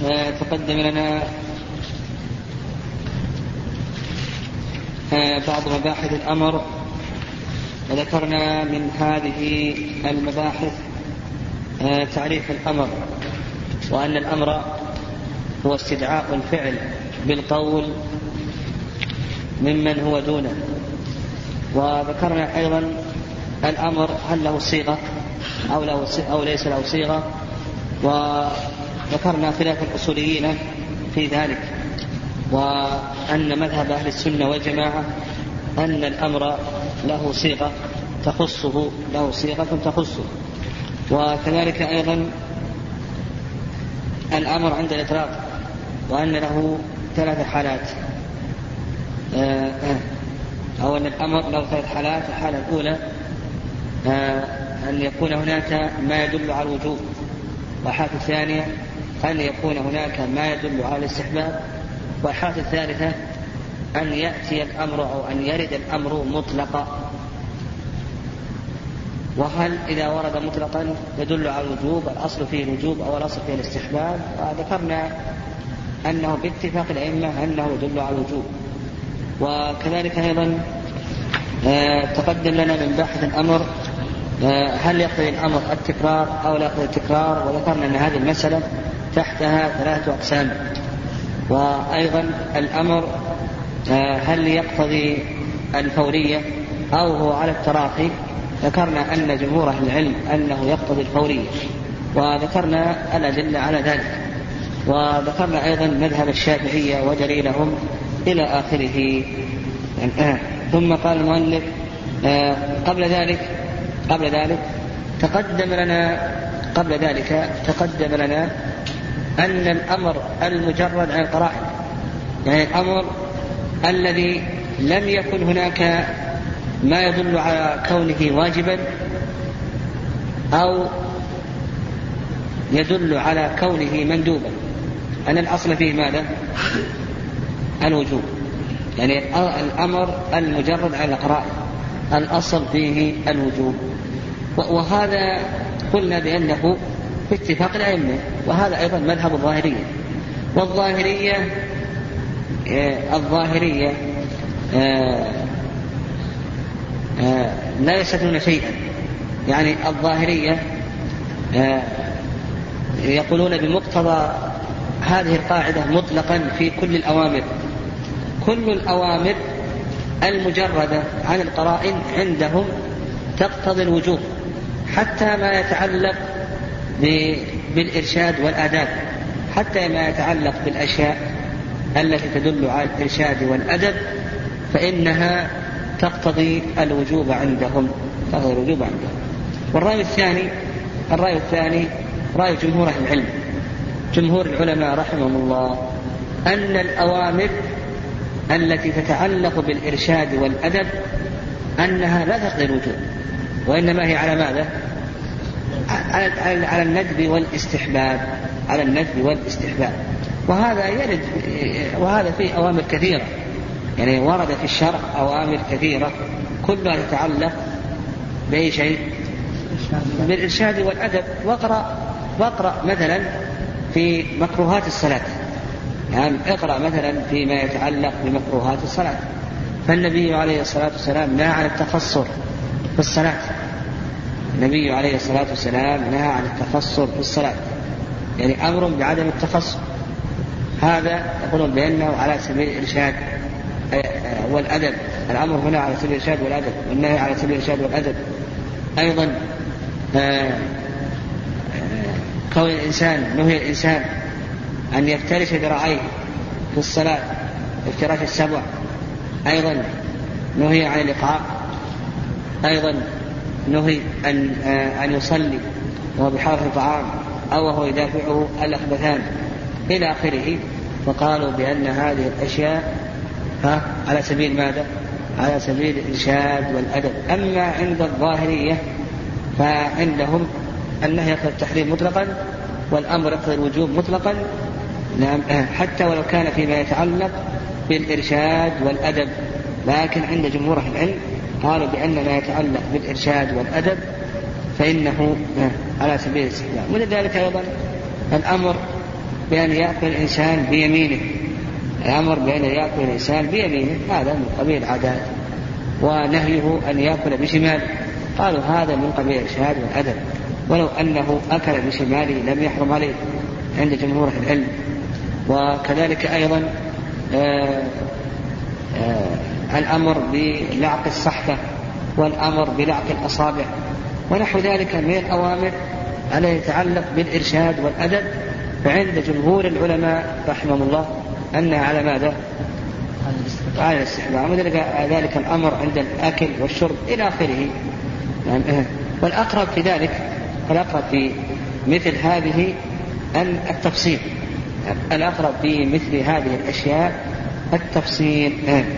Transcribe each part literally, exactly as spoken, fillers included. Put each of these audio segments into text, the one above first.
تقدم لنا بعض مباحث الأمر، وذكرنا من هذه المباحث تعريف الأمر، وأن الأمر هو استدعاء الفعل بالقول ممن هو دونه. وذكرنا أيضا الأمر هل له صيغة أو, له أو ليس له صيغة، وذكرنا خلاف الأصوليين في ذلك، وأن مذهب أهل السنة والجماعة أن الأمر له صيغة تخصه له صيغة تخصه وكذلك أيضا الأمر عند الإطلاق، وأن له ثلاث حالات، أو أن الأمر له ثلاث حالات. الحالة الأولى أن يكون هناك ما يدل على الوجوب، والحالة الثانية أن يكون هناك ما يدل على الاستحباب، والحالة الثالثة أن يأتي الأمر أو أن يرد الأمر مطلقا. وهل إذا ورد مطلقا يدل على الوجوب، الأصل فيه الوجوب أو الأصل فيه الاستحباب؟ وذكرنا أنه باتفاق الأئمة أنه يدل على الوجوب. وكذلك أيضا تقدم لنا من بحث الأمر هل يقضي الأمر التكرار أو لا يقضي التكرار، وذكرنا أن هذه المسألة تحتها ثلاثة أقسام. وأيضا الأمر هل يقتضي الفورية أو هو على التراخي، ذكرنا أن جمهور أهل العلم أنه يقتضي الفورية، وذكرنا الأدلة على ذلك. وذكرنا أيضا مذهب الشافعية ودليلهم إلى آخره. ثم قال المؤلف قبل ذلك قبل ذلك تقدم لنا قبل ذلك تقدم لنا أن الأمر المجرد عن القرائن، يعني الأمر الذي لم يكن هناك ما يدل على كونه واجبا أو يدل على كونه مندوبا، أن الأصل فيه ماذا؟ الوجوب. يعني الأمر المجرد عن القرائن الأصل فيه الوجوب، وهذا قلنا بأنه باتفاق الأئمة، وهذا أيضا مذهب الظاهرية. والظاهرية الظاهرية لا يستثنون شيئا، يعني الظاهرية يقولون بمقتضى هذه القاعدة مطلقا في كل الأوامر، كل الأوامر المجردة عن القرائن عندهم تقتضي الوجوب، حتى ما يتعلق بالإرشاد والآداب، حتى ما يتعلق بالأشياء التي تدل على الإرشاد والأدب فإنها تقتضي الوجوب عندهم تقتضي الوجوب عندهم. والرأي الثاني الرأي الثاني رأي جمهور أهل العلم، جمهور العلماء رحمهم الله، أن الأوامر التي تتعلق بالإرشاد والأدب أنها لا تقتضي الوجوب، وإنما هي على ماذا؟ على, على الندب والاستحباب على الندب والاستحباب. وهذا يرد، وهذا فيه أوامر كثيرة، يعني ورد في الشرع أوامر كثيرة كلها تتعلق بأي شيء؟ بالإرشاد والأدب. واقرأ واقرأ مثلا في مكروهات الصلاة، يعني اقرأ مثلا فيما يتعلق بمكروهات الصلاة، فالنبي عليه الصلاة والسلام نهى عن التخصر في الصلاة، النبي عليه الصلاة والسلام نهى عن التخصر في الصلاة، يعني أمر بعدم التخصر. هذا يقولون بأنه على سبيل الإرشاد والأدب، الأمر هنا على سبيل الإرشاد والأدب، والنهي على سبيل الإرشاد والأدب. أيضا كون الإنسان نهي الإنسان أن يفترش ذراعيه في الصلاة افتراش السبع، أيضا نهي عن الإقعاء، أيضا نهي أن أن يصلي وهو بحاضر طعام أو وهو يدافعه الأخبثان إلى آخره. وقالوا بأن هذه الأشياء على سبيل ماذا؟ على سبيل الإرشاد والأدب. أما عند الظاهرية فعندهم النهي يقتضي التحريم مطلقا، والأمر يقتضي الوجوب مطلقا، حتى ولو كان فيما يتعلق بالإرشاد والأدب. لكن عند جمهور أهل العلم قالوا بأن ما يتعلق بالإرشاد والأدب فإنه على سبيل الاستحباب. ولذلك أيضا الأمر بأن يأكل الإنسان بيمينه، الأمر بأن يأكل الإنسان بيمينه هذا من قبيل العادات، ونهيه أن يأكل بشماله قالوا هذا من قبيل الإرشاد والأدب، ولو أنه أكل بشماله لم يحرم عليه عند جمهور العلم. وكذلك أيضا آآ آآ الأمر بلعق الصحفة والأمر بلعق الأصابع ونحو ذلك من الأوامر التي يتعلق بالإرشاد والأدب، فعند جمهور العلماء رحمهم الله أنها على ماذا؟ على الاستحباب، وذلك الأمر عند الأكل والشرب إلى آخره. والأقرب في ذلك الأقرب في مثل هذه التفصيل، الأقرب في مثل هذه الأشياء التفصيل.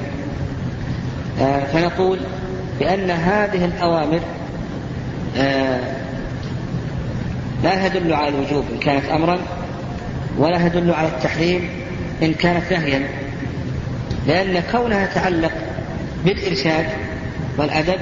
فنقول بأن هذه الأوامر لا تدل على الوجوب إن كانت أمرا، ولا تدل على التحريم إن كانت نهيا، لأن كونها تتعلق بالإرشاد والأدب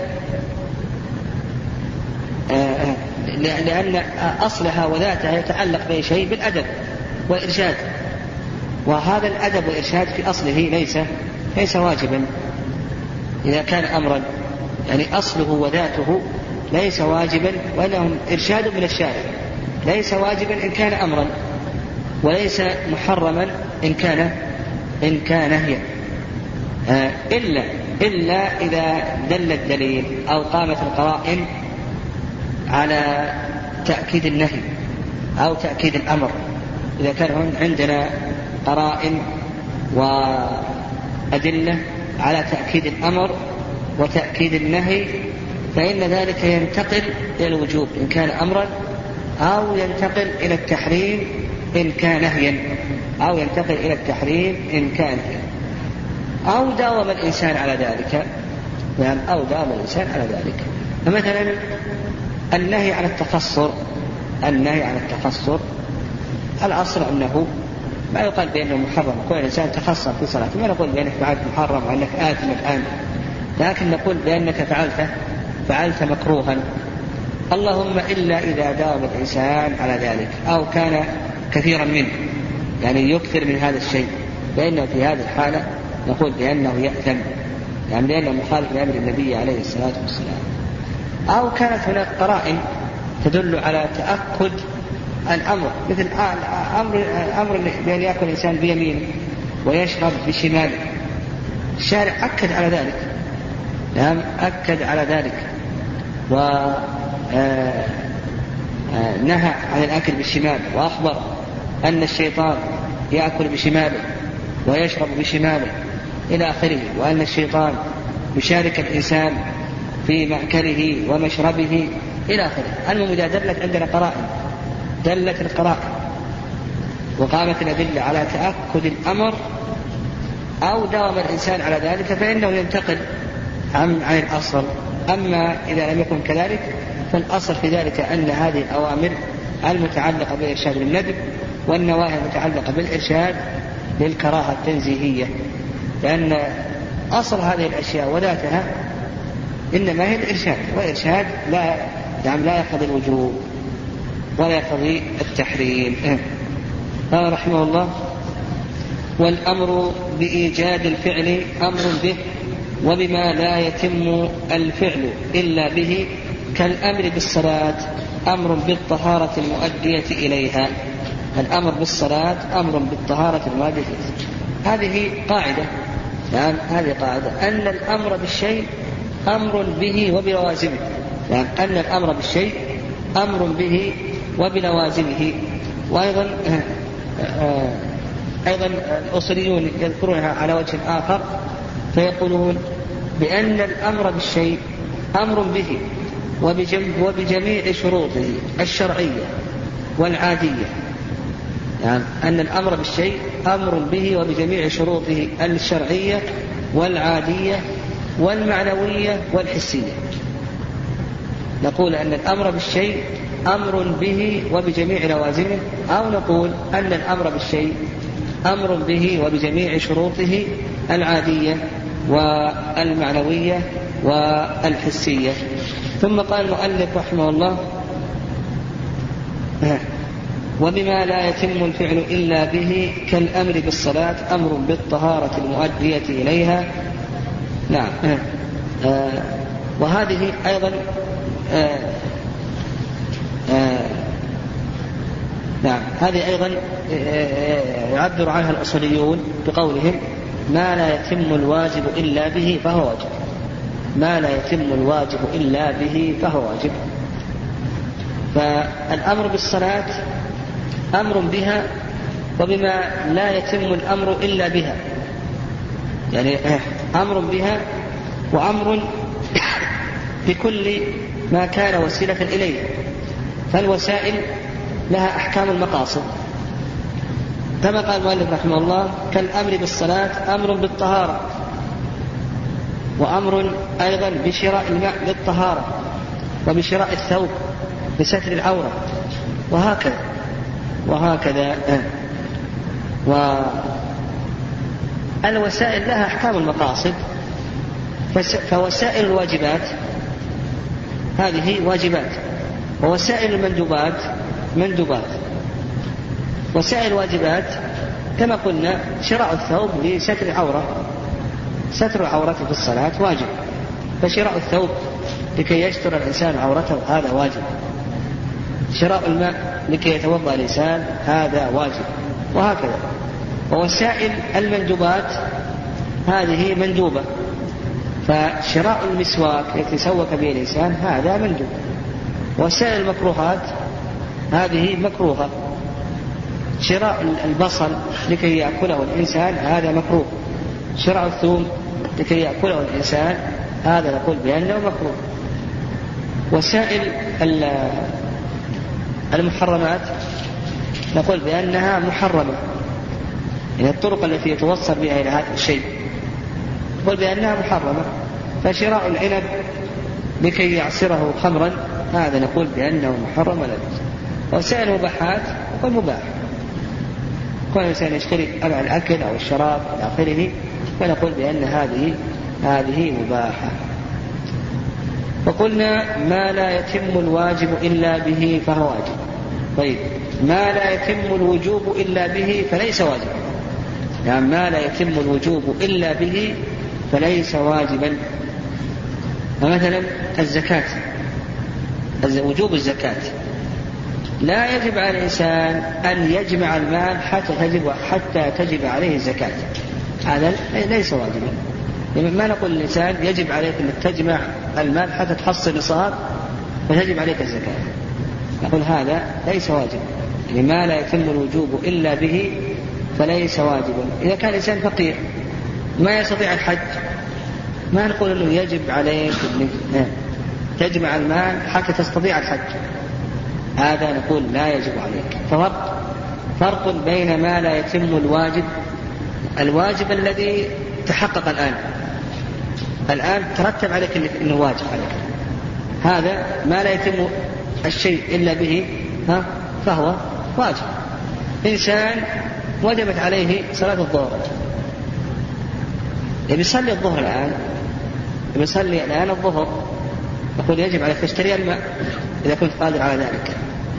لأن أصلها وذاتها يتعلق بشيء بالأدب والإرشاد، وهذا الأدب والإرشاد في أصله ليس ليس واجبا إذا كان أمرا، يعني أصله وذاته ليس واجبا، وإنه إرشاد من الشارع، ليس واجبا إن كان أمرا، وليس محرما إن كان إن كان نهيا، آه إلا إلا إذا دل الدليل أو قامت القرائن على تأكيد النهي أو تأكيد الأمر. إذا كان عندنا قرائن وأدلة على تأكيد الأمر وتأكيد النهي فإن ذلك ينتقل إلى الوجوب إن كان أمرا، أو ينتقل إلى التحريم إن كان نهيا، أو ينتقل إلى التحريم إن كان نهيا، أو داوم الإنسان على ذلك، يعني أو داوم الإنسان على ذلك. فمثلا النهي عن التقصر، النهي عن التقصر الأصل أنه ما يقال بأنه محرم، كل إنسان تقصر في صلاته ما نقول بأنك فعلت محرم وأنك آثم الآن، لكن نقول بأنك فعلت فعلت مكروها، اللهم إلا إذا داوم الإنسان على ذلك أو كان كثيرا منه، يعني يكثر من هذا الشيء، فإنه في هذه الحالة نقول بأنه يأثم، يعني لأنه مخالف لأمر النبي عليه الصلاة والسلام. أو كانت هناك قرائن تدل على تأكد الأمر، مثل أمر أمر بأن يأكل الإنسان بيمينه ويشرب بشماله، الشارع أكد على ذلك، نعم أكد على ذلك، ونهى عن الأكل بالشمال، وأخبر أن الشيطان يأكل بشماله ويشرب بشماله إلى آخره، وأن الشيطان يشارك الإنسان في مأكله ومشربه إلى آخره. المهم إذا دلت عندنا قرائن، دلت القرائن وقامت الأدلة على تأكد الأمر أو داوم الإنسان على ذلك فإنه ينتقل عن عن الأصل. أما إذا لم يكن كذلك فالأصل في ذلك أن هذه الأوامر المتعلقة بالإرشاد بالندب والنواهي المتعلقة بالإرشاد للكراهة التنزيهية، لأن أصل هذه الأشياء وذاتها إنما هي الإرشاد، والإرشاد لا يعني لا يقتضي الوجوب ولا يقتضي التحريم. قال رحمه الله: والأمر بإيجاد الفعل أمر به وبما لا يتم الفعل إلا به، كالأمر بالصلاة أمر بالطهارة المؤدية إليها. الأمر بالصلاة أمر بالطهارة المؤدية إليها. هذه قاعدة، يعني هذه قاعدة أن الأمر بالشيء أمر به وبلوازمه، يعني أن الأمر بالشيء أمر به وبلوازمه. وأيضا أيضا الأصوليون يذكرونها على وجه آخر فيقولون بأن الأمر بالشيء أمر به وبجميع شروطه الشرعية والعادية، يعني أن الأمر بالشيء أمر به وبجميع شروطه الشرعية والعادية والمعنوية والحسية. نقول أن الأمر بالشيء أمر به وبجميع لوازمه، أو نقول أن الأمر بالشيء أمر به وبجميع شروطه العادية والمعنوية والحسية. ثم قال المؤلف رحمه الله: وبما لا يتم الفعل إلا به كالأمر بالصلاة أمر بالطهارة المؤدية إليها. نعم. آه وهذه أيضا آه آه نعم هذه أيضا يعبر عنها الأصوليون بقولهم ما لا يتم الواجب إلا به فهو واجب. ما لا يتم الواجب إلا به فهو واجب. فالأمر بالصلاة أمر بها وبما لا يتم الأمر إلا بها، يعني أمر بها وأمر بكل ما كان وسيلة إليه. فالوسائل لها أحكام المقاصد كما قال المؤلف رحمه الله كالأمر بالصلاة أمر بالطهارة، وأمر أيضا بشراء الماء للطهارة، وبشراء الثوب بستر العورة، وهكذا وهكذا. والوسائل لها أحكام المقاصد. فوسائل الواجبات هذه واجبات، ووسائل المندوبات مندوبات. وسائل الواجبات كما قلنا شراء الثوب لستر العورة، ستر العورة في الصلاة واجب، فشراء الثوب لكي يستر الإنسان عورته هذا واجب. شراء الماء لكي يتوضأ الإنسان هذا واجب، وهكذا. ووسائل المندوبات هذه مندوبة، فشراء المسواك يتسوك به الإنسان هذا مندوب. وسائل المكروهات هذه مكروهة، شراء البصل لكي يأكله الإنسان هذا مكروه، شراء الثوم لكي يأكله الإنسان هذا نقول بأنه مكروه. وسائل المحرمات نقول بأنها محرمة، يعني الطرق التي يتوصل بها إلى هذا الشيء نقول بأنها محرمة. فشراء العنب لكي يعصره خمرا هذا نقول بأنه محرم ولا بأس. وسائل المباحات نقول مباح، كل إنسان يشتري أبع الأكل أو الشراب إلى آخره فنقول بأن هذه هذه مباحة. وقلنا ما لا يتم الواجب إلا به فهو واجب. طيب ما لا يتم الوجوب إلا به فليس واجبا، يعني ما لا يتم الوجوب إلا به فليس واجبا. مثلا الزكاة، وجوب الزكاة لا يجب على الإنسان أن يجمع المال حتى تجب, حتى تجب عليه الزكاة، هذا ليس واجبا. يعني ما نقول للإنسان يجب عليك أن تجمع المال حتى تحصل نصاب فتجب عليك الزكاة، نقول هذا ليس واجبا. يعني ما لا يتم الوجوب إلا به فليس واجبا. إذا كان الإنسان فقير ما يستطيع الحج ما نقول أنه يجب عليك أن تجمع المال حتى تستطيع الحج، هذا نقول لا يجب عليك. ففرق فرق بين ما لا يتم الواجب، الواجب الذي تحقق الآن الآن ترتب عليك أنه واجب عليك، هذا ما لا يتم الشيء إلا به ها فهو واجب. إنسان وجبت عليه صلاة الظهر، يصلي الظهر الآن يصلي الآن الظهر، يقول يجب عليك تشتري الماء إذا كنت قادر على ذلك،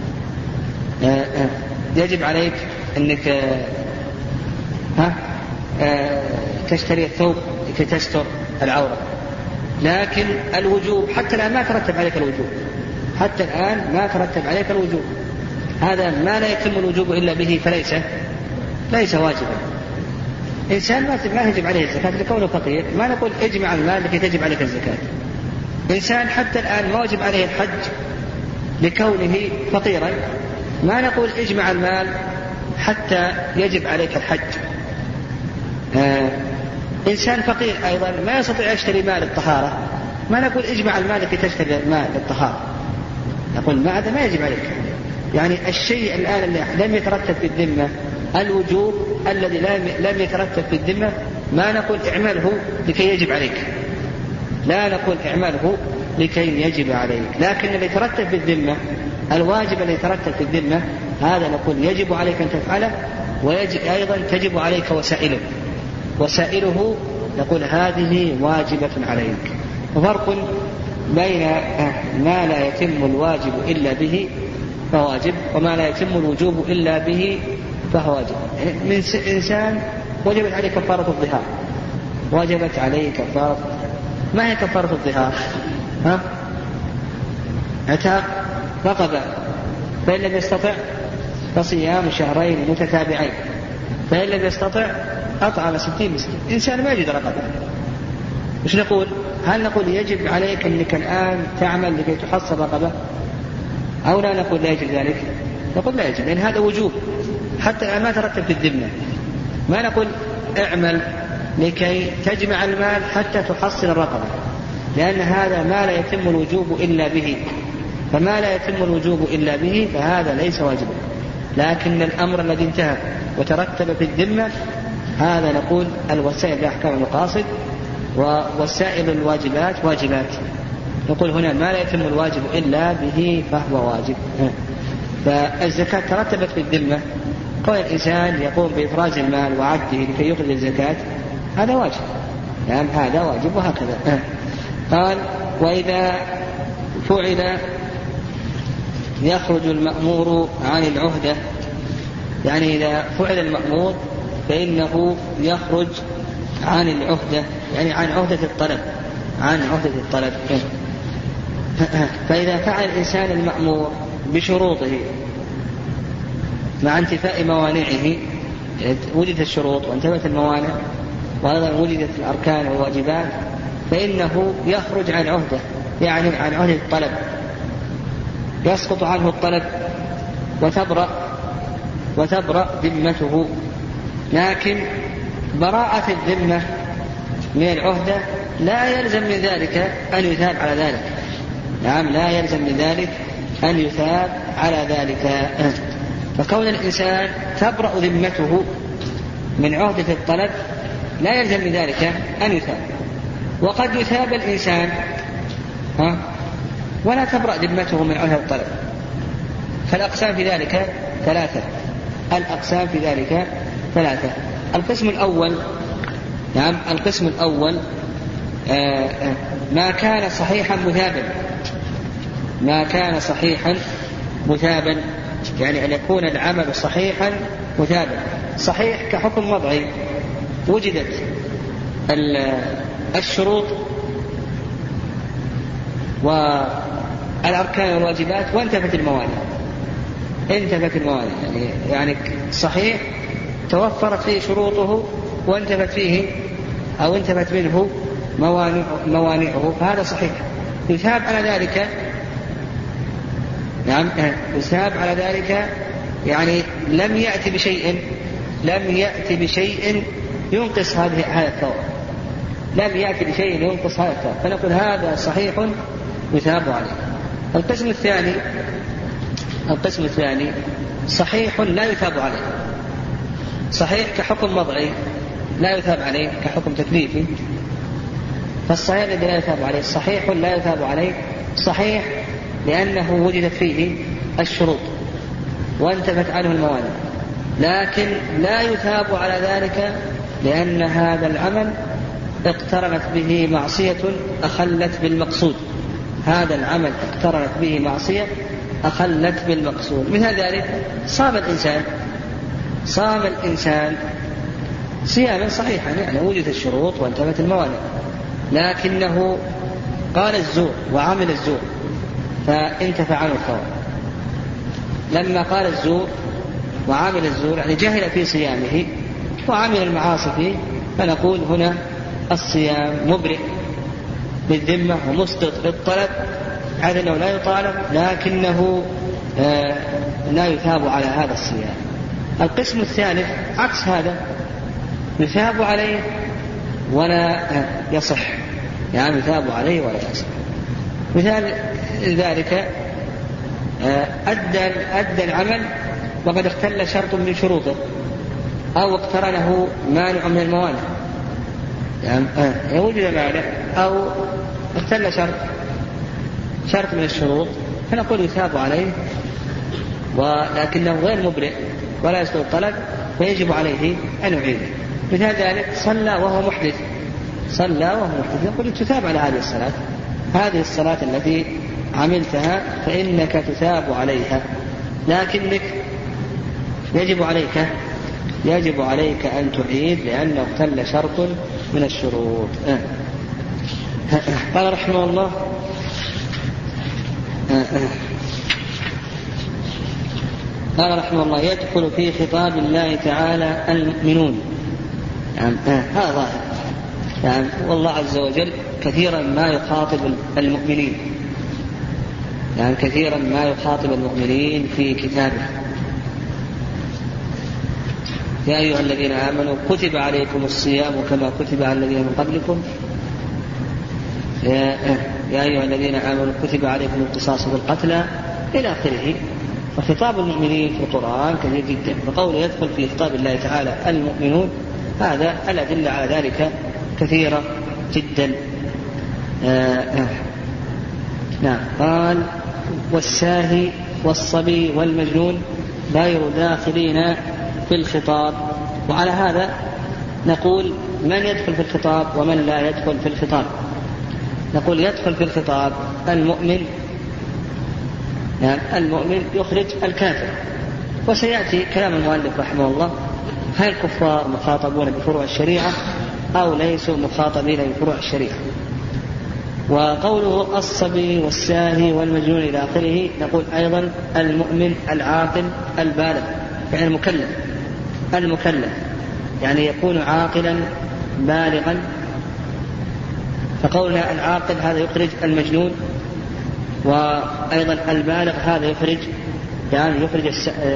يجب عليك أنك ها تشتري الثوب لكي تستر العورة. لكن الوجوب حتى الآن ما ترتب عليك الوجوب، حتى الآن ما ترتب عليك الوجوب، هذا ما لا يتم الوجوب إلا به فليس ليس واجبا. إنسان ما يجب عليه الزكاة لكونه فقير ما نقول اجمع المال لكي تجب عليك الزكاة. إنسان حتى الآن ما وجب عليه الحج لكونه فقيرا ما نقول اجمع المال حتى يجب عليك الحج. آه إنسان فقير أيضا ما يستطيع يشتري مال الطهارة ما نقول اجمع المال لكي تشتري مال الطهارة، نقول ما هذا ما يجب عليك. يعني الشيء الآن اللي لم يترتب في الذمة الوجوب الذي لم يترتب في الذمة ما نقول اعمله لكي يجب عليك، لا نقول اعمله لكي يجب عليك. لكن الذي يترتب في الذمة الواجب الذي يترتب في الذمة هذا نقول يجب عليك أن تفعله، وأيضا تجب عليك وسائله وسائله نقول هذه واجبة عليك. وفرق بين ما لا يتم الواجب إلا به فهو واجب، وما لا يتم الوجوب إلا به فهو واجب. يعني من إنسان وجبت عليه كفارة الظهار، وجبت عليه كفارة. ما هي كفارة الظهار؟ ها؟ عتاق رقبة، فإن لم يستطع فصيام شهرين متتابعين، فإن لم يستطع أطعم ستين مسكين. إنسان ما يجد رقبة، مش نقول؟ هل نقول يجب عليك أنك الآن تعمل لكي تحصل رقبة، أو لا نقول لا يجب ذلك؟ نقول لا يجب، لأن هذا وجوب حتى ما ترتب في الذمة. ما نقول اعمل لكي تجمع المال حتى تحصل الرقبة، لأن هذا ما لا يتم الوجوب إلا به، فما لا يتم الوجوب إلا به فهذا ليس واجبا. لكن الأمر الذي انتهى وترتب في الذمة هذا نقول الوسائل لأحكام المقاصد، ووسائل الواجبات واجبات. نقول هنا ما لا يتم الواجب إلا به فهو واجب. فالزكاة ترتبت في الذمة، كون الإنسان يقوم بإفراز المال وعده لكي يخرج الزكاة هذا واجب، يعني هذا واجب. وهكذا قال وإذا فعل يخرج المأمور عن العهدة، يعني إذا فعل المأمور فإنه يخرج عن العهدة، يعني عن عهدة الطلب، عن عهدة الطلب. فإذا فعل الإنسان المأمور بشروطه مع انتفاء موانعه، وجدت الشروط وانتفت الموانع وأيضا وجدت الأركان والواجبات، فإنه يخرج عن عهدة، يعني عن عهدة الطلب، يسقط عنه الطلب وتبرأ وتبرأ ذمته. لكن براءة الذمة من العهدة لا يلزم من ذلك أن يثاب على ذلك. نعم، لا يلزم من ذلك أن يثاب على ذلك. فكون الإنسان تبرأ ذمته من عهدة الطلب لا يلزم من ذلك أن يثاب. وقد يثاب الإنسان ها ولا تبرأ ذمته من عهدة الطلب. فالأقسام في ذلك ثلاثة، الأقسام في ذلك ثلاثة. القسم الأول، نعم القسم الأول آآ آآ ما كان صحيحا مثابا، ما كان صحيحا مثابا، يعني أن يكون العمل صحيحا مثابا. صحيح كحكم وضعي، وجدت الشروط والأركان والواجبات وانتفت الموانع، انتفت الموانع، يعني, يعني صحيح توفرت فيه شروطه وانتفت فيه أو انتفت منه موانع موانعه، فهذا صحيح يثاب على ذلك. نعم يثاب على ذلك، يعني لم يأتي بشيء لم يأتي بشيء ينقص هذه هذا الثواب، لم يأتي بشيء ينقص هذا الثواب، فنقول هذا صحيح يثاب عليه. القسم الثاني القسم الثاني صحيح لا يثاب عليه، صحيح كحكم وضعي لا يثاب عليه كحكم تكليفي. فالصحيح الذي لا يثاب عليه صحيح لا يثاب عليه، صحيح لأنه وجدت فيه الشروط وانتفت عنه الموانع، لكن لا يثاب على ذلك لأن هذا العمل اقترنت به معصية أخلت بالمقصود. هذا العمل اقترنت به معصية أخلت بالمقصود. من ذلك صام الإنسان صام الإنسان صياما صحيحا، يعني وجدت الشروط وانتفت الموانع، لكنه قال الزور وعمل الزور فانتفع عنه الثواب. لما قال الزور وعمل الزور يعني جهل في صيامه وعمل المعاصي فيه، فنقول هنا الصيام مبرئ بالذمة ومسقط للطلب، هذا أنه لا يطالب لكنه آه لا يثاب على هذا الصيام. القسم الثالث عكس هذا، يثاب عليه ولا يصح، يعني يثاب عليه ولا يصح. مثال ذلك أدى, أدى العمل وقد اختل شرط من شروطه أو اقترنه مانع من الموانع، يعني وجد مانع أو اختل شرط شرط من الشروط، فنقول يثاب عليه ولكنه غير مبرئ ولا يسقط الطلب فيجب عليه أن يعيده. مثال ذلك صلى وهو محدث صلى وهو محدث يقول تثاب على هذه الصلاة، هذه الصلاة التي عملتها فإنك تثاب عليها، لكنك يجب عليك يجب عليك أن تعيد لأنه اختل شرط من الشروط. آه. قال رحمه الله آه آه. قال رحمه الله يدخل في خطاب الله تعالى المؤمنون. يعني آه. هذا ظاهر يعني والله عز وجل كثيرا ما يخاطب المؤمنين، يعني كثيرا ما يخاطب المؤمنين في كتابه. يا أيها الذين آمنوا كتب عليكم الصيام كما كتب على الذين من قبلكم يا, يا أيها الذين آمنوا كتب عليكم القصاص بالقتلى إلى آخره. فخطاب المؤمنين في القرآن كثير جدا، فقوله يدخل في خطاب الله تعالى المؤمنون هذا الأدلة على ذلك كثيرة جدا. آه آه. نعم. قال والساهي والصبي والمجنون غير داخلين في الخطاب. وعلى هذا نقول من يدخل في الخطاب ومن لا يدخل في الخطاب. نقول يدخل في الخطاب المؤمن، يعني المؤمن يخرج الكافر. وسيأتي كلام المؤلف رحمه الله هل الكفار مخاطبون بفروع الشريعة أو ليسوا مخاطبين بفروع الشريعة. وقوله الصبي والساهي والمجنون إلى آخره نقول أيضا المؤمن العاقل البالغ، يعني المكلف المكلف يعني يكون عاقلا بالغا. فقولنا العاقل هذا يخرج المجنون، وأيضا البالغ هذا يخرج يعني يخرج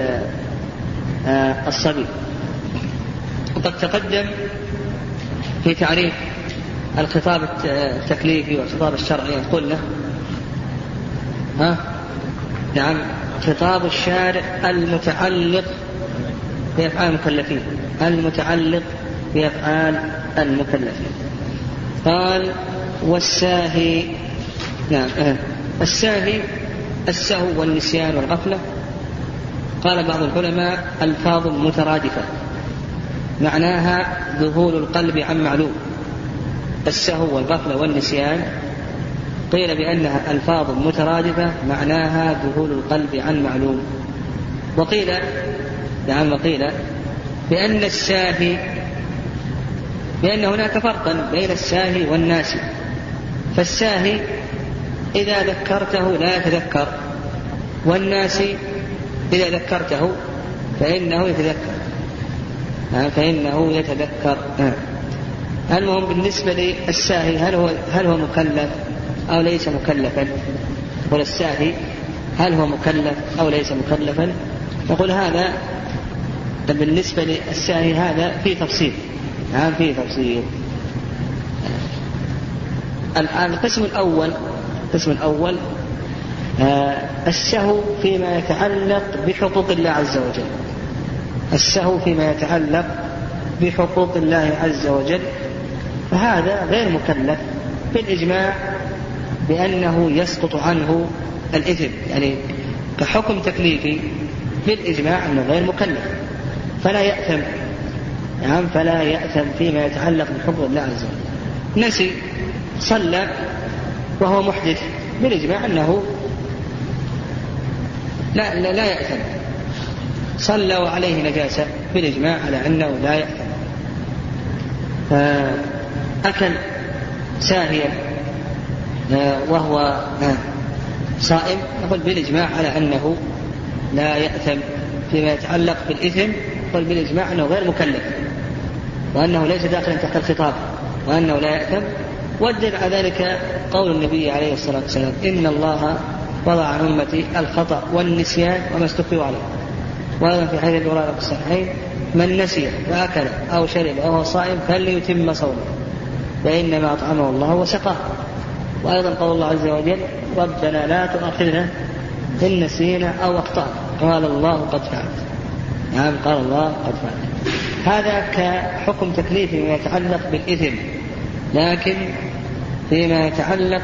الصبي. وقد تقدم في تعريف الخطاب التكليفي والخطاب الشرعي قلنا ها نعم خطاب الشارع المتعلق بأفعال المكلفين المتعلق بأفعال المكلفين. قال والساهي نعم آه. الساهي السهو والنسيان والغفلة. قال بعض العلماء ألفاظ مترادفة معناها ذهول القلب عن معلوم. السهو والغفلة والنسيان قيل بأنها ألفاظ مترادفة معناها ذهول القلب عن معلوم. وقيل يعني وقيل بأن الساهي بأن هناك فرقا بين الساهي والناسي. فالساهي إذا ذكرته لا يتذكر، والناسي إذا ذكرته فإنه يتذكر فإنه يتذكر المهم بالنسبة للساهي هل هو هل هو مكلف أو ليس مكلفا؟ نقول الساهي هل هو مكلف أو ليس مكلفا؟ نقول هذا بالنسبة للساهي هذا في تفصيل نعم في تفصيل. الآن القسم الأول القسم الأول آه السهو فيما يتعلق بحقوق الله عز وجل. السهو فيما يتعلق بحقوق الله عز وجل فهذا غير مكلف بالإجماع بأنه يسقط عنه الإثم، يعني كحكم تكليفي بالإجماع أنه غير مكلف فلا يأثم نعم فلا يأثم فيما يتعلق بحقوق الله عز وجل. نسي صلى وهو محدث بالإجماع أنه لا, لا, لا يأثم. صلى وعليه نجاسة بالإجماع على أنه لا يأثم. أكل ساهيا وهو صائم نقول بالإجماع على أنه لا يأثم فيما يتعلق بالإثم، قل بالإجماع أنه غير مكلف وأنه ليس داخلا تحت الخطاب وأنه لا يأثم. والدليل على ذلك قول النبي عليه الصلاة والسلام إن الله وضع عن أمتي الخطأ والنسيان وما استكرهوا عليه. وأيضا في حديث أبي هريرة في الصحيحين من نسي فأكل أو شرب وهو صائم فليتم صومه فإنما أطعمه الله وسقاه. وأيضا قول الله عز وجل ربنا لا تؤاخذنا إن نسينا أو أخطأنا قال الله قد فعلت. نعم قال الله قد فعلت. هذا كحكم تكليفي ما يتعلق بالإثم. لكن فيما يتعلق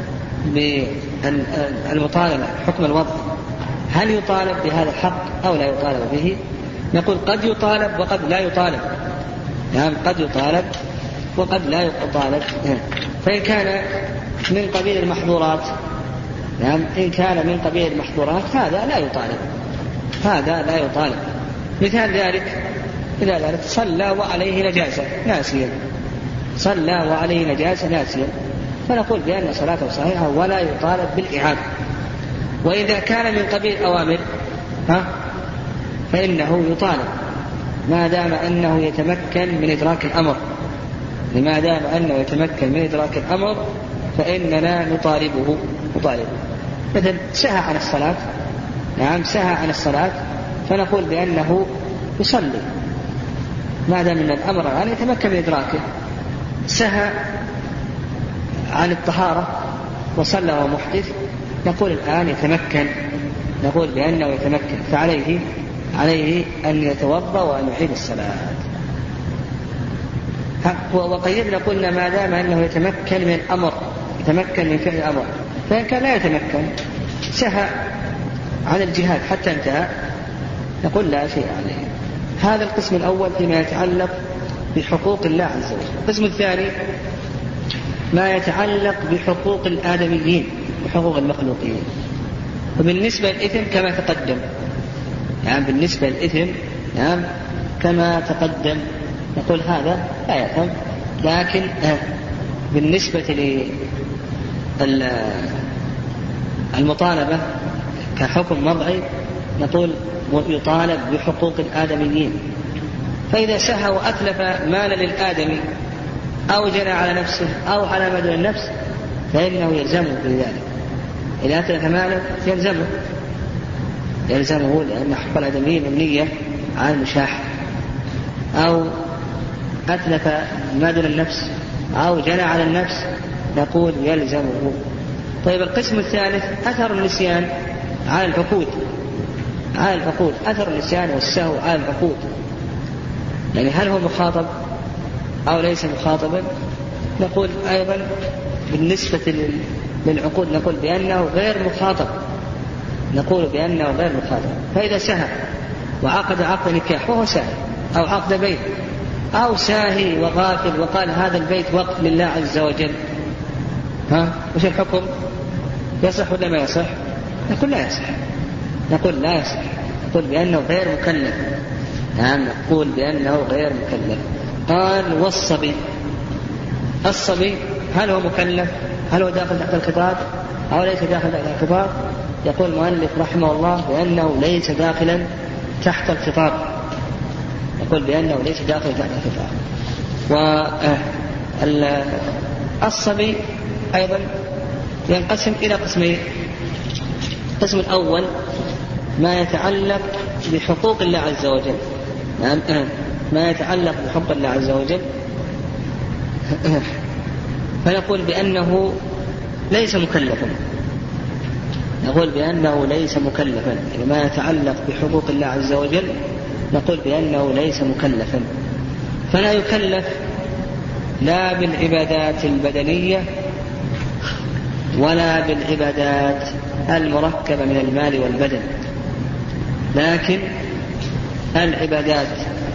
بالمطالبة حكم الوضع هل يطالب بهذا الحق أو لا يطالب به؟ نقول قد يطالب وقد لا يطالب. نعم قد يطالب وقد لا يطالب. فإن كان من قبيل المحظورات نعم إن كان من قبيل المحظورات هذا لا يطالب. هذا لا يطالب. مثال ذلك إذا ذلك صلى وعليه نجاسة ناسيا، صلى وعليه نجاسة ناسيا، فنقول بأن صلاته صحيحة ولا يطالب بالإعادة. وإذا كان من قبيل أوامر ها فإنه يطالب ما دام أنه يتمكن من إدراك الأمر، ما دام أنه يتمكن من إدراك الأمر فإننا نطالبه نطالبه مثل سهى عن الصلاة، نعم سهى عن الصلاة، فنقول بأنه يصلي ما دام أن الأمر الآن يتمكن من إدراكه. سهى عن الطهارة وصلى ومحدث، نقول الآن يتمكن، نقول بأنه يتمكن، فعليه عليه أن يتوضأ وأن يعيد الصلاة. وقيدنا قلنا ما دام أنه يتمكن من الأمر، يتمكن من فعل الأمر، فإن كان لا يتمكن سهى عن الجهاد حتى انتهى نقول لا شيء عليه. هذا القسم الأول فيما يتعلق بحقوق الله عز وجل. القسم الثاني ما يتعلق بحقوق الآدميين وحقوق المخلوقين. وبالنسبة للإثم كما تقدم، يعني بالنسبة للإثم يعني كما تقدم نقول هذا لا يأثم، لكن بالنسبة للمطالبة كحكم وضعي نقول يطالب بحقوق الآدميين. فإذا سهى وأتلف مالا للآدمي أو جنى على نفسه أو على بدن النفس فإنه يلزمه بذلك. إذا أتلف مالا يلزمه يلزمه لأن حق الآدمي مبنية على المشاحة. أو أتلف مدن النفس أو جنى على النفس نقول يلزمه. طيب القسم الثالث أثر النسيان على العقود، على العقود أثر النسيان والسهو على العقود، يعني هل هو مخاطب أو ليس مخاطبا؟ نقول أيضا بالنسبة للعقود نقول بأنه غير مخاطب، نقول بأنه غير مخاطب. فإذا سهى وعقد عقد نكاح وهو ساهي أو عقد بيت أو ساهي وغافل وقال هذا البيت وقف لله عز وجل، ها وش الحكم؟ يصح ولا ما يصح؟ نقول لا يصح، نقول لا يصح، نقول بأنه غير مكلف، نعم نقول بأنه غير مكلف. قال والصبي، الصبي هل هو مكلف؟ هل هو داخل تحت الخطاب أو ليس داخل تحت الخطاب؟ يقول المؤلف رحمه الله بأنه ليس داخلا تحت الخطاب، يقول بأنه ليس داخل تحت الخطاب. والصبي أيضا ينقسم إلى قسمين. القسم الأول ما يتعلق بحقوق الله عز وجل، ما يتعلق بحقوق الله عز وجل فنقول بأنه ليس مكلفا، نقول بأنه ليس مكلفا. يعني ما يتعلق بحقوق الله عز وجل نقول بأنه ليس مكلفا، فلا يكلف لا بالعبادات البدنية ولا بالعبادات المركبة من المال والبدن، لكن العبادات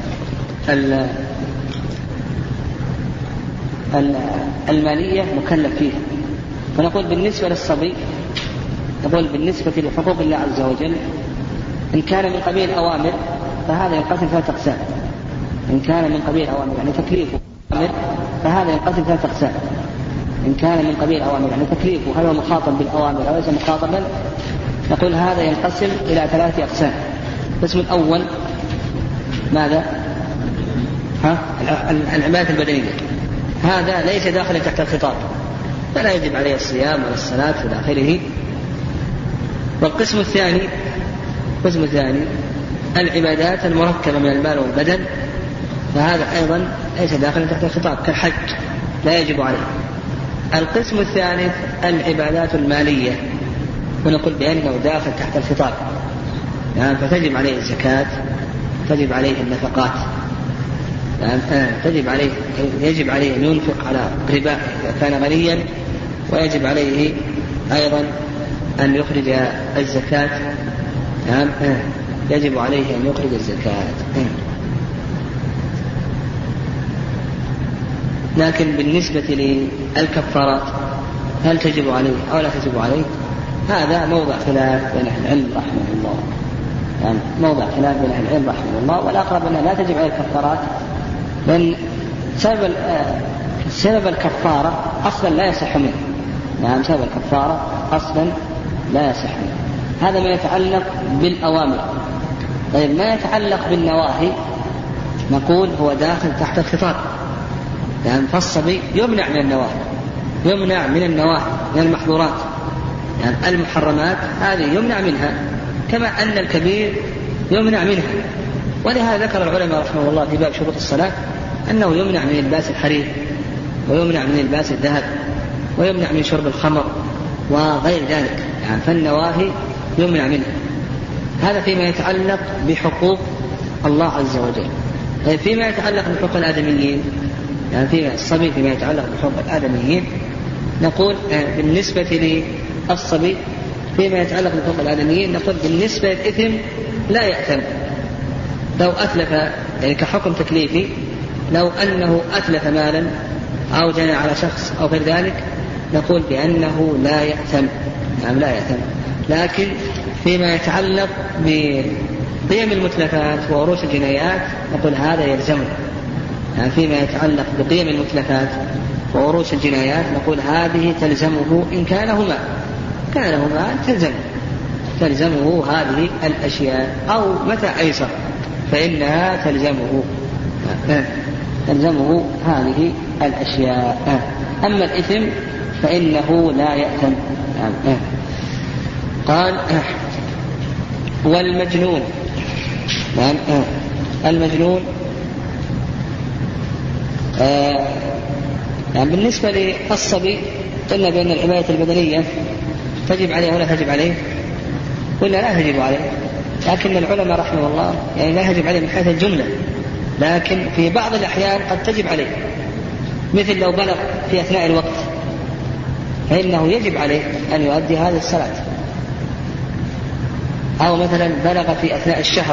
المالية مكلف فيها. فنقول بالنسبة للصبي، نقول بالنسبة لحقوق الله عز وجل إن كان من قبيل أوامر فهذا ينقسم ثلاثة أقسام. إن كان من قبيل أوامر يعني تكليفه فهذا ينقسم ثلاثة أقسام. إن كان من قبيل أوامر يعني تكليفه هل هو مخاطب بالأوامر أو ليس مخاطبا، نقول هذا ينقسم إلى ثلاثة أقسام. القسم الأول ماذا؟ ها؟ العبادة البدنية، هذا ليس داخلا تحت الخطاب فلا يجب عليه الصيام ولا الصلاة إلى آخره. والقسم الثاني القسم الثاني العبادات المركبة من المال والبدن، فهذا أيضا ليس داخلا تحت الخطاب كالحج لا يجب عليه. القسم الثالث العبادات المالية ونقول بأنه داخل تحت الخطاب، يعني فتجب عليه الزكاة، تجب عليه النفقات، يعني تجب عليه يجب عليه أن ينفق على ربا إذا كان غنيا، ويجب عليه أيضا أن يخرج الزكاة، يعني يجب عليه أن يخرج الزكاة. لكن بالنسبة للكفارات هل تجب عليه أو لا تجب عليه، هذا موضع خلاف بين أهل العلم رحمه الله. يعني موضع خلاف بين أهل العلم رحمه الله، والأقرب أنها لا تجب عليه الكفارات، لأن سبب سبب الكفارة أصلا لا يصح منه. نعم سبب الكفارة أصلا لا يصح منه. هذا ما يتعلق بالأوامر. طيب ما يتعلق بالنواهي نقول هو داخل تحت الخطاب، يعني فالصبي يمنع من النواهي، يمنع من النواهي من المحظورات، يعني المحرمات هذه يمنع منها، كما أن الكبير يمنع منها. ولهذا ذكر العلماء رحمه الله في باب شروط الصلاة أنه يمنع من لباس الحرير، ويمنع من لباس الذهب، ويمنع من شرب الخمر وغير ذلك، يعني فالنواهي يمنع منها. هذا فيما يتعلق بحقوق الله عز وجل. طيب فيما يتعلق بحقوق الآدميين، يعني فيما الصبي فيما يتعلق بحقوق الآدميين نقول بالنسبة للصبي فيما يتعلق بحقوق الآدميين نقول بالنسبة للإثم لا يأثم لو أتلف، يعني كحكم تكليفي لو أنه أتلف مالا أو جنى على شخص أو غير ذلك نقول بأنه لا يأثم، يعني لا يأثم. لكن فيما يتعلق بقيم المتلفات وعروش الجنايات نقول هذا يلزمه، يعني فيما يتعلق بقيم المتلفات وعروش الجنايات نقول هذه تلزمه إن كان هما كان هما تلزمه تلزمه هذه الأشياء، أو متى أيسر فإنها تلزمه تلزمه هذه الأشياء. أما الإثم فإنه لا يأثم. قال والمجنون، المجنون يعني بالنسبة للصبي قلنا بأن العبادة البدنية تجب عليه ولا تجب عليه، ولا لا تجب عليه، لكن العلماء رحمه الله يعني لا يجب عليه من حيث الجملة، لكن في بعض الأحيان قد تجب عليه، مثل لو بلغ في أثناء الوقت فإنه يجب عليه أن يؤدي هذه الصلاة، أو مثلا بلغ في أثناء الشهر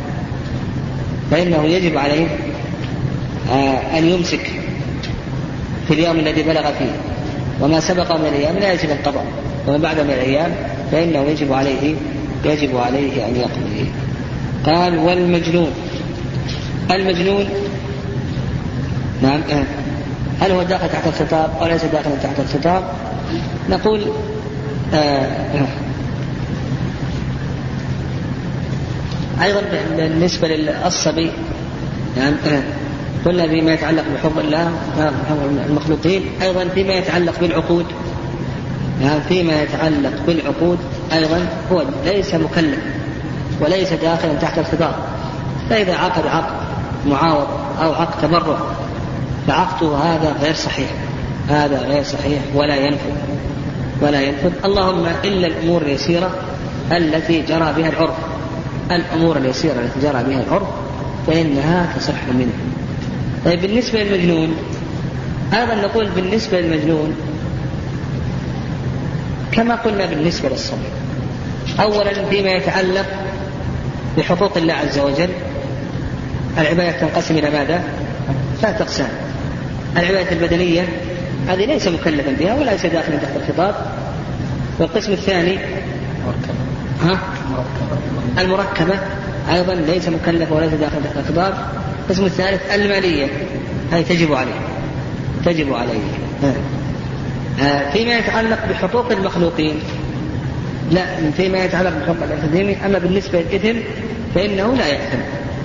فإنه يجب عليه أن يمسك في اليوم الذي بلغ فيه، وما سبق من الأيام لا يجب القضاء، وما بعد من الأيام فإنه يجب عليه يجب عليه أن يقضي. قال والمجنون، المجنون نعم هل هو داخل تحت الخطاب أو ليس داخل تحت الخطاب؟ نقول آه أيضا بالنسبة للصبي يعني قلنا فيما يتعلق بحب الله المخلوقين، أيضا فيما يتعلق بالعقود، يعني فيما يتعلق بالعقود أيضا هو ليس مكلف وليس داخلا تحت الخطاب. فإذا عقد عقد معاوض أو عقد تبرع فعقده هذا غير صحيح، هذا غير صحيح ولا ينفذ ولا ينفذ اللهم إلا الأمور اليسيرة التي جرى بها العرف، الأمور اليسيرة التي جرى بها العرف فإنها تصح منه. طيب بالنسبة للمجنون أيضا نقول بالنسبة للمجنون كما قلنا بالنسبة للصبي. أولا فيما يتعلق بحقوق الله عز وجل العبادة تنقسم إلى ماذا؟ ثلاث أقسام. العبادة البدنية هذه ليس مكلفا بها ولا ليس داخلا تحت الخطاب. والقسم الثاني ها؟ المركبة أيضا ليس مكلفة وليس داخلا تحت الخطاب. القسم الثالث المالية هذه تجب عليه تجب عليه آه. فيما يتعلق بحقوق المخلوقين لا، فيما يتعلق بحقوق الآدميين. أما بالنسبة للإثم فإنه لا يأثم.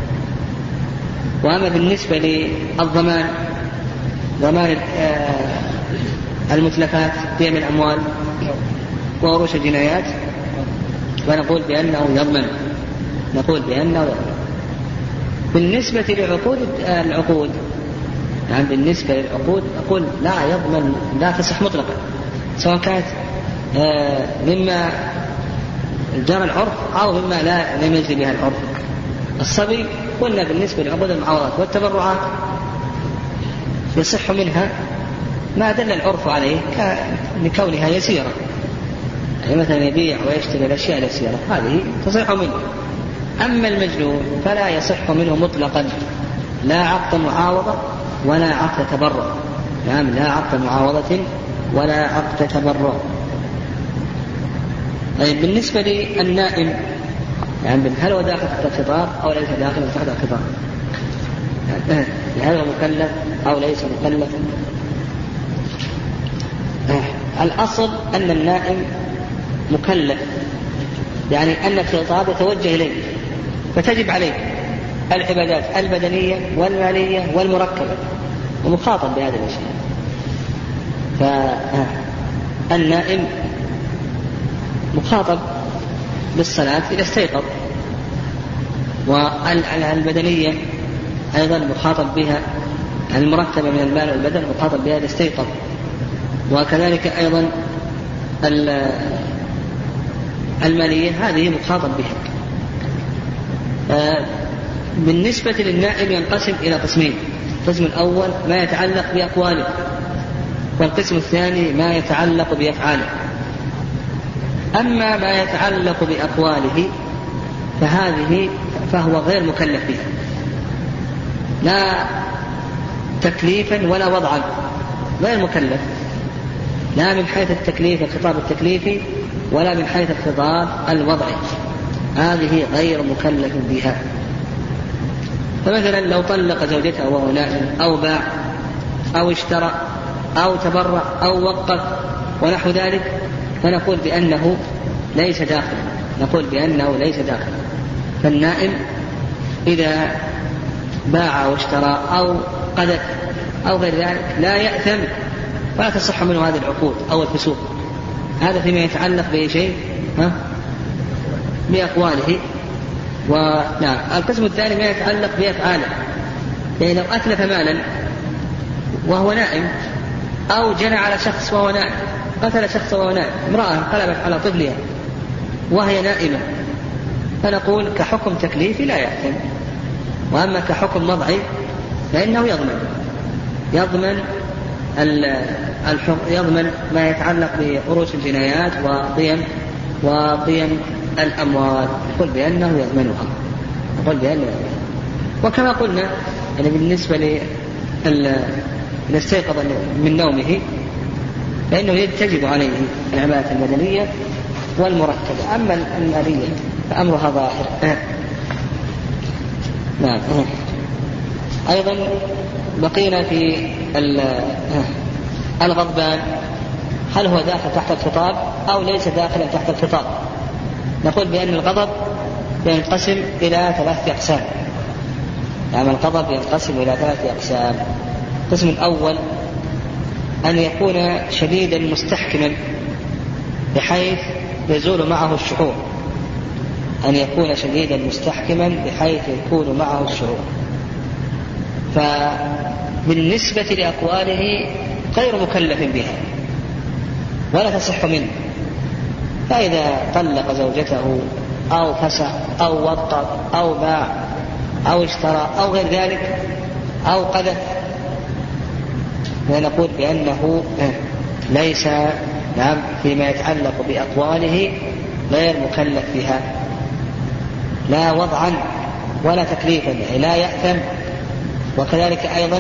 وأما بالنسبة للضمان ضمان المتلفات في من الأموال وعروش الجنايات فنقول بأنه يضمن نقول بأنه يضمن. بالنسبة لعقود العقود يعني بالنسبة للعقود نقول لا يضمن، لا تصح مطلقا، سواء كانت مما جرى العرف أو مما لا لم يجري بها العرف. الصبي قلنا بالنسبة لعقود المعاوضات والتبرعات يصح منها ما دل العرف عليه لكونها يسيرة، يعني مثلا يبيع ويشتري الأشياء اليسيرة هذه تصح منه. أما المجنون فلا يصح منه مطلقا، لا عقد معاوضة ولا عقد تبرع، نعم لا عقد معاوضة ولا عقد تبرع. طيب بالنسبة للنائم يعني هل هو داخل تحت الخطاب أو ليس داخل تحت الخطاب، يعني هل هو مكلف أو ليس مكلفا. الأصل أن النائم مكلف، يعني أن الخطاب يتوجه إليه فتجب عليه العبادات البدنية والمالية والمركبة، ومخاطب بهذا الشيء. فالنائم مخاطب بالصلاة إذا استيقظ، والبدنية أيضا مخاطب بها، المركبة من المال والبدن مخاطب بها إذا استيقظ، وكذلك أيضا المالية هذه مخاطب بها. بالنسبة للنائم ينقسم إلى قسمين: القسم الأول ما يتعلق بأقواله، والقسم الثاني ما يتعلق بأفعاله. أما ما يتعلق بأقواله فهذه فهو غير مكلف بها، لا تكليفا ولا وضعا، غير مكلف لا من حيث التكليف الخطاب التكليفي ولا من حيث الخطاب الوضعي، هذه غير مكلف بها. فمثلا لو طلق زوجته وهو نائم، أو باع أو اشترى أو تبرع أو وقف ونحو ذلك، فنقول بأنه ليس داخل، نقول بأنه ليس داخل. فالنائم إذا باع أو اشترى أو قذف أو غير ذلك لا يأثم ولا تصح منه هذه العقود أو الفسوق. هذا فيما يتعلق بشيء ها بأقواله. ونعم القسم الثاني ما يتعلق بأفعاله، يعني لو أتلف مالا وهو نائم، أو جنى على شخص وهو نائم، قتل شخص وهو نائم، امرأة قلبت على طفلها وهي نائمة، فنقول كحكم تكليفي لا يأثم. وأما كحكم وضعي فإنه يضمن يضمن يضمن ما يتعلق بعروش الجنايات وقيم وقيم الأموال، نقول بأنه يضمنها، نقول بأنه يضمنها. وكما قلنا يعني بالنسبة للي استيقظ من نومه فإنه تجب عليه العبادة المدنية والمركبة. أما المالية فأمرها ظاهر. نعم. أيضا بقينا في الغضبان، هل هو داخل تحت الخطاب أو ليس داخلا تحت الخطاب؟ نقول بأن الغضب ينقسم إلى ثلاثة أقسام. يعني الغضب ينقسم إلى ثلاثة أقسام. القسم الأول أن يكون شديدا مستحكما بحيث يزول معه الشعور، أن يكون شديدا مستحكما بحيث يكون معه الشعور. فبالنسبة لأقواله غير مكلف بها ولا تصح منه. فإذا طلق زوجته أو فسخ أو وطأ أو باع أو اشترى أو غير ذلك أو قذف، فنقول بأنه ليس نعم فيما يتعلق بأقواله غير مكلف بها، لا وضعا ولا تكليفا، يعني لا يأثم. وكذلك أيضا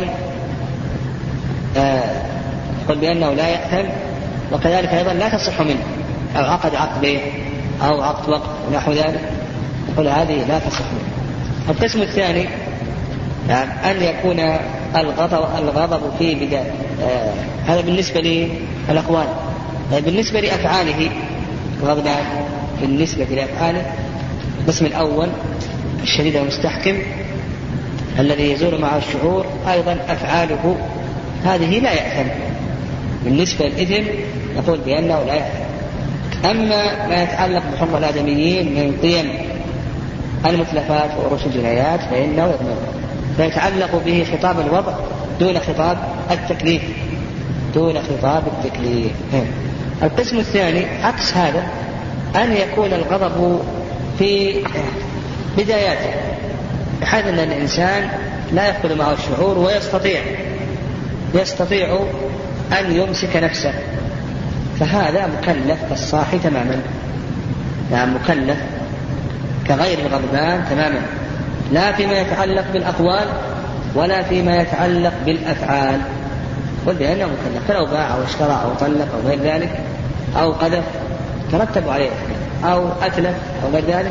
نقول بأنه لا يأثم، وكذلك أيضا لا تصح منه، أو عقد عقد بيع أو عقد وقف ونحو ذلك، نقول هذه لا تصح منه. القسم الثاني يعني أن يكون الغضب الغضب في بداية، آه هذا بالنسبة للأقوال. بالنسبة لأفعاله الغضبان بالنسبة لأفعاله القسم الأول الشديد المستحكم الذي يزول معه الشعور، أيضا أفعاله هذه لا يأثم. بالنسبة للإثم نقول بأنه لا يأثم. أما ما يتعلق بحقوق الآدميين من قيم المتلفات وعروش الجنايات فإنه يضمن، فيتعلق به خطاب الوضع دون خطاب التكليف دون خطاب التكليف. القسم الثاني عكس هذا، أن يكون الغضب في بداياته بحيث أن الإنسان لا يفقد معه الشعور ويستطيع يستطيع أن يمسك نفسه، فهذا مكلف كالصاحي تماما، يعني مكلف كغير الغضبان تماما، لا فيما يتعلق بالأقوال ولا فيما يتعلق بالأفعال، قل بأنه مكلف. فلو باع أو اشترى أو طلق أو غير ذلك أو قذف ترتب عليه، أو أتلف أو غير ذلك،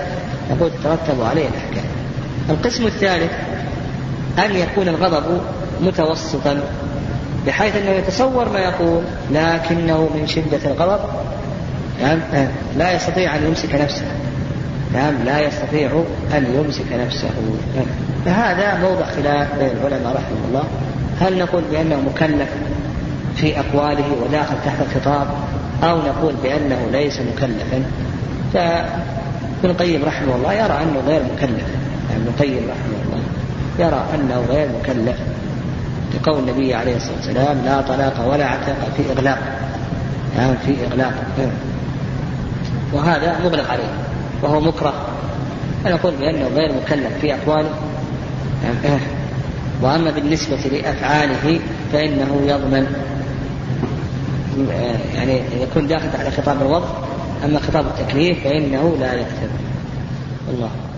نقول تترتب عليه الأحكام. القسم الثالث أن يكون الغضب متوسطا بحيث أنه يتصور ما يقول لكنه من شدة الغضب نعم لا يستطيع أن يمسك نفسه نعم لا يستطيع أن يمسك نفسه. فهذا موضع خلاف بين العلماء رحمه الله، هل نقول بأنه مكلف في أقواله وداخل تحت الخطاب أو نقول بأنه ليس مكلفا؟ فابن القيم رحمه الله يرى أنه غير مكلف. ابن القيم رحمه الله يرى أنه غير مكلف لقول النبي عليه الصلاة والسلام لا طلاق ولا عتق في إغلاق يعني في إغلاق، وهذا مغلق عليه وهو مكره. فنقول بأنه غير مكلف في أقواله. وأما بالنسبة لأفعاله فإنه يضمن يعني يكون داخل على خطاب الوضع، أما خطاب التكليف فإنه لا يكتب. الله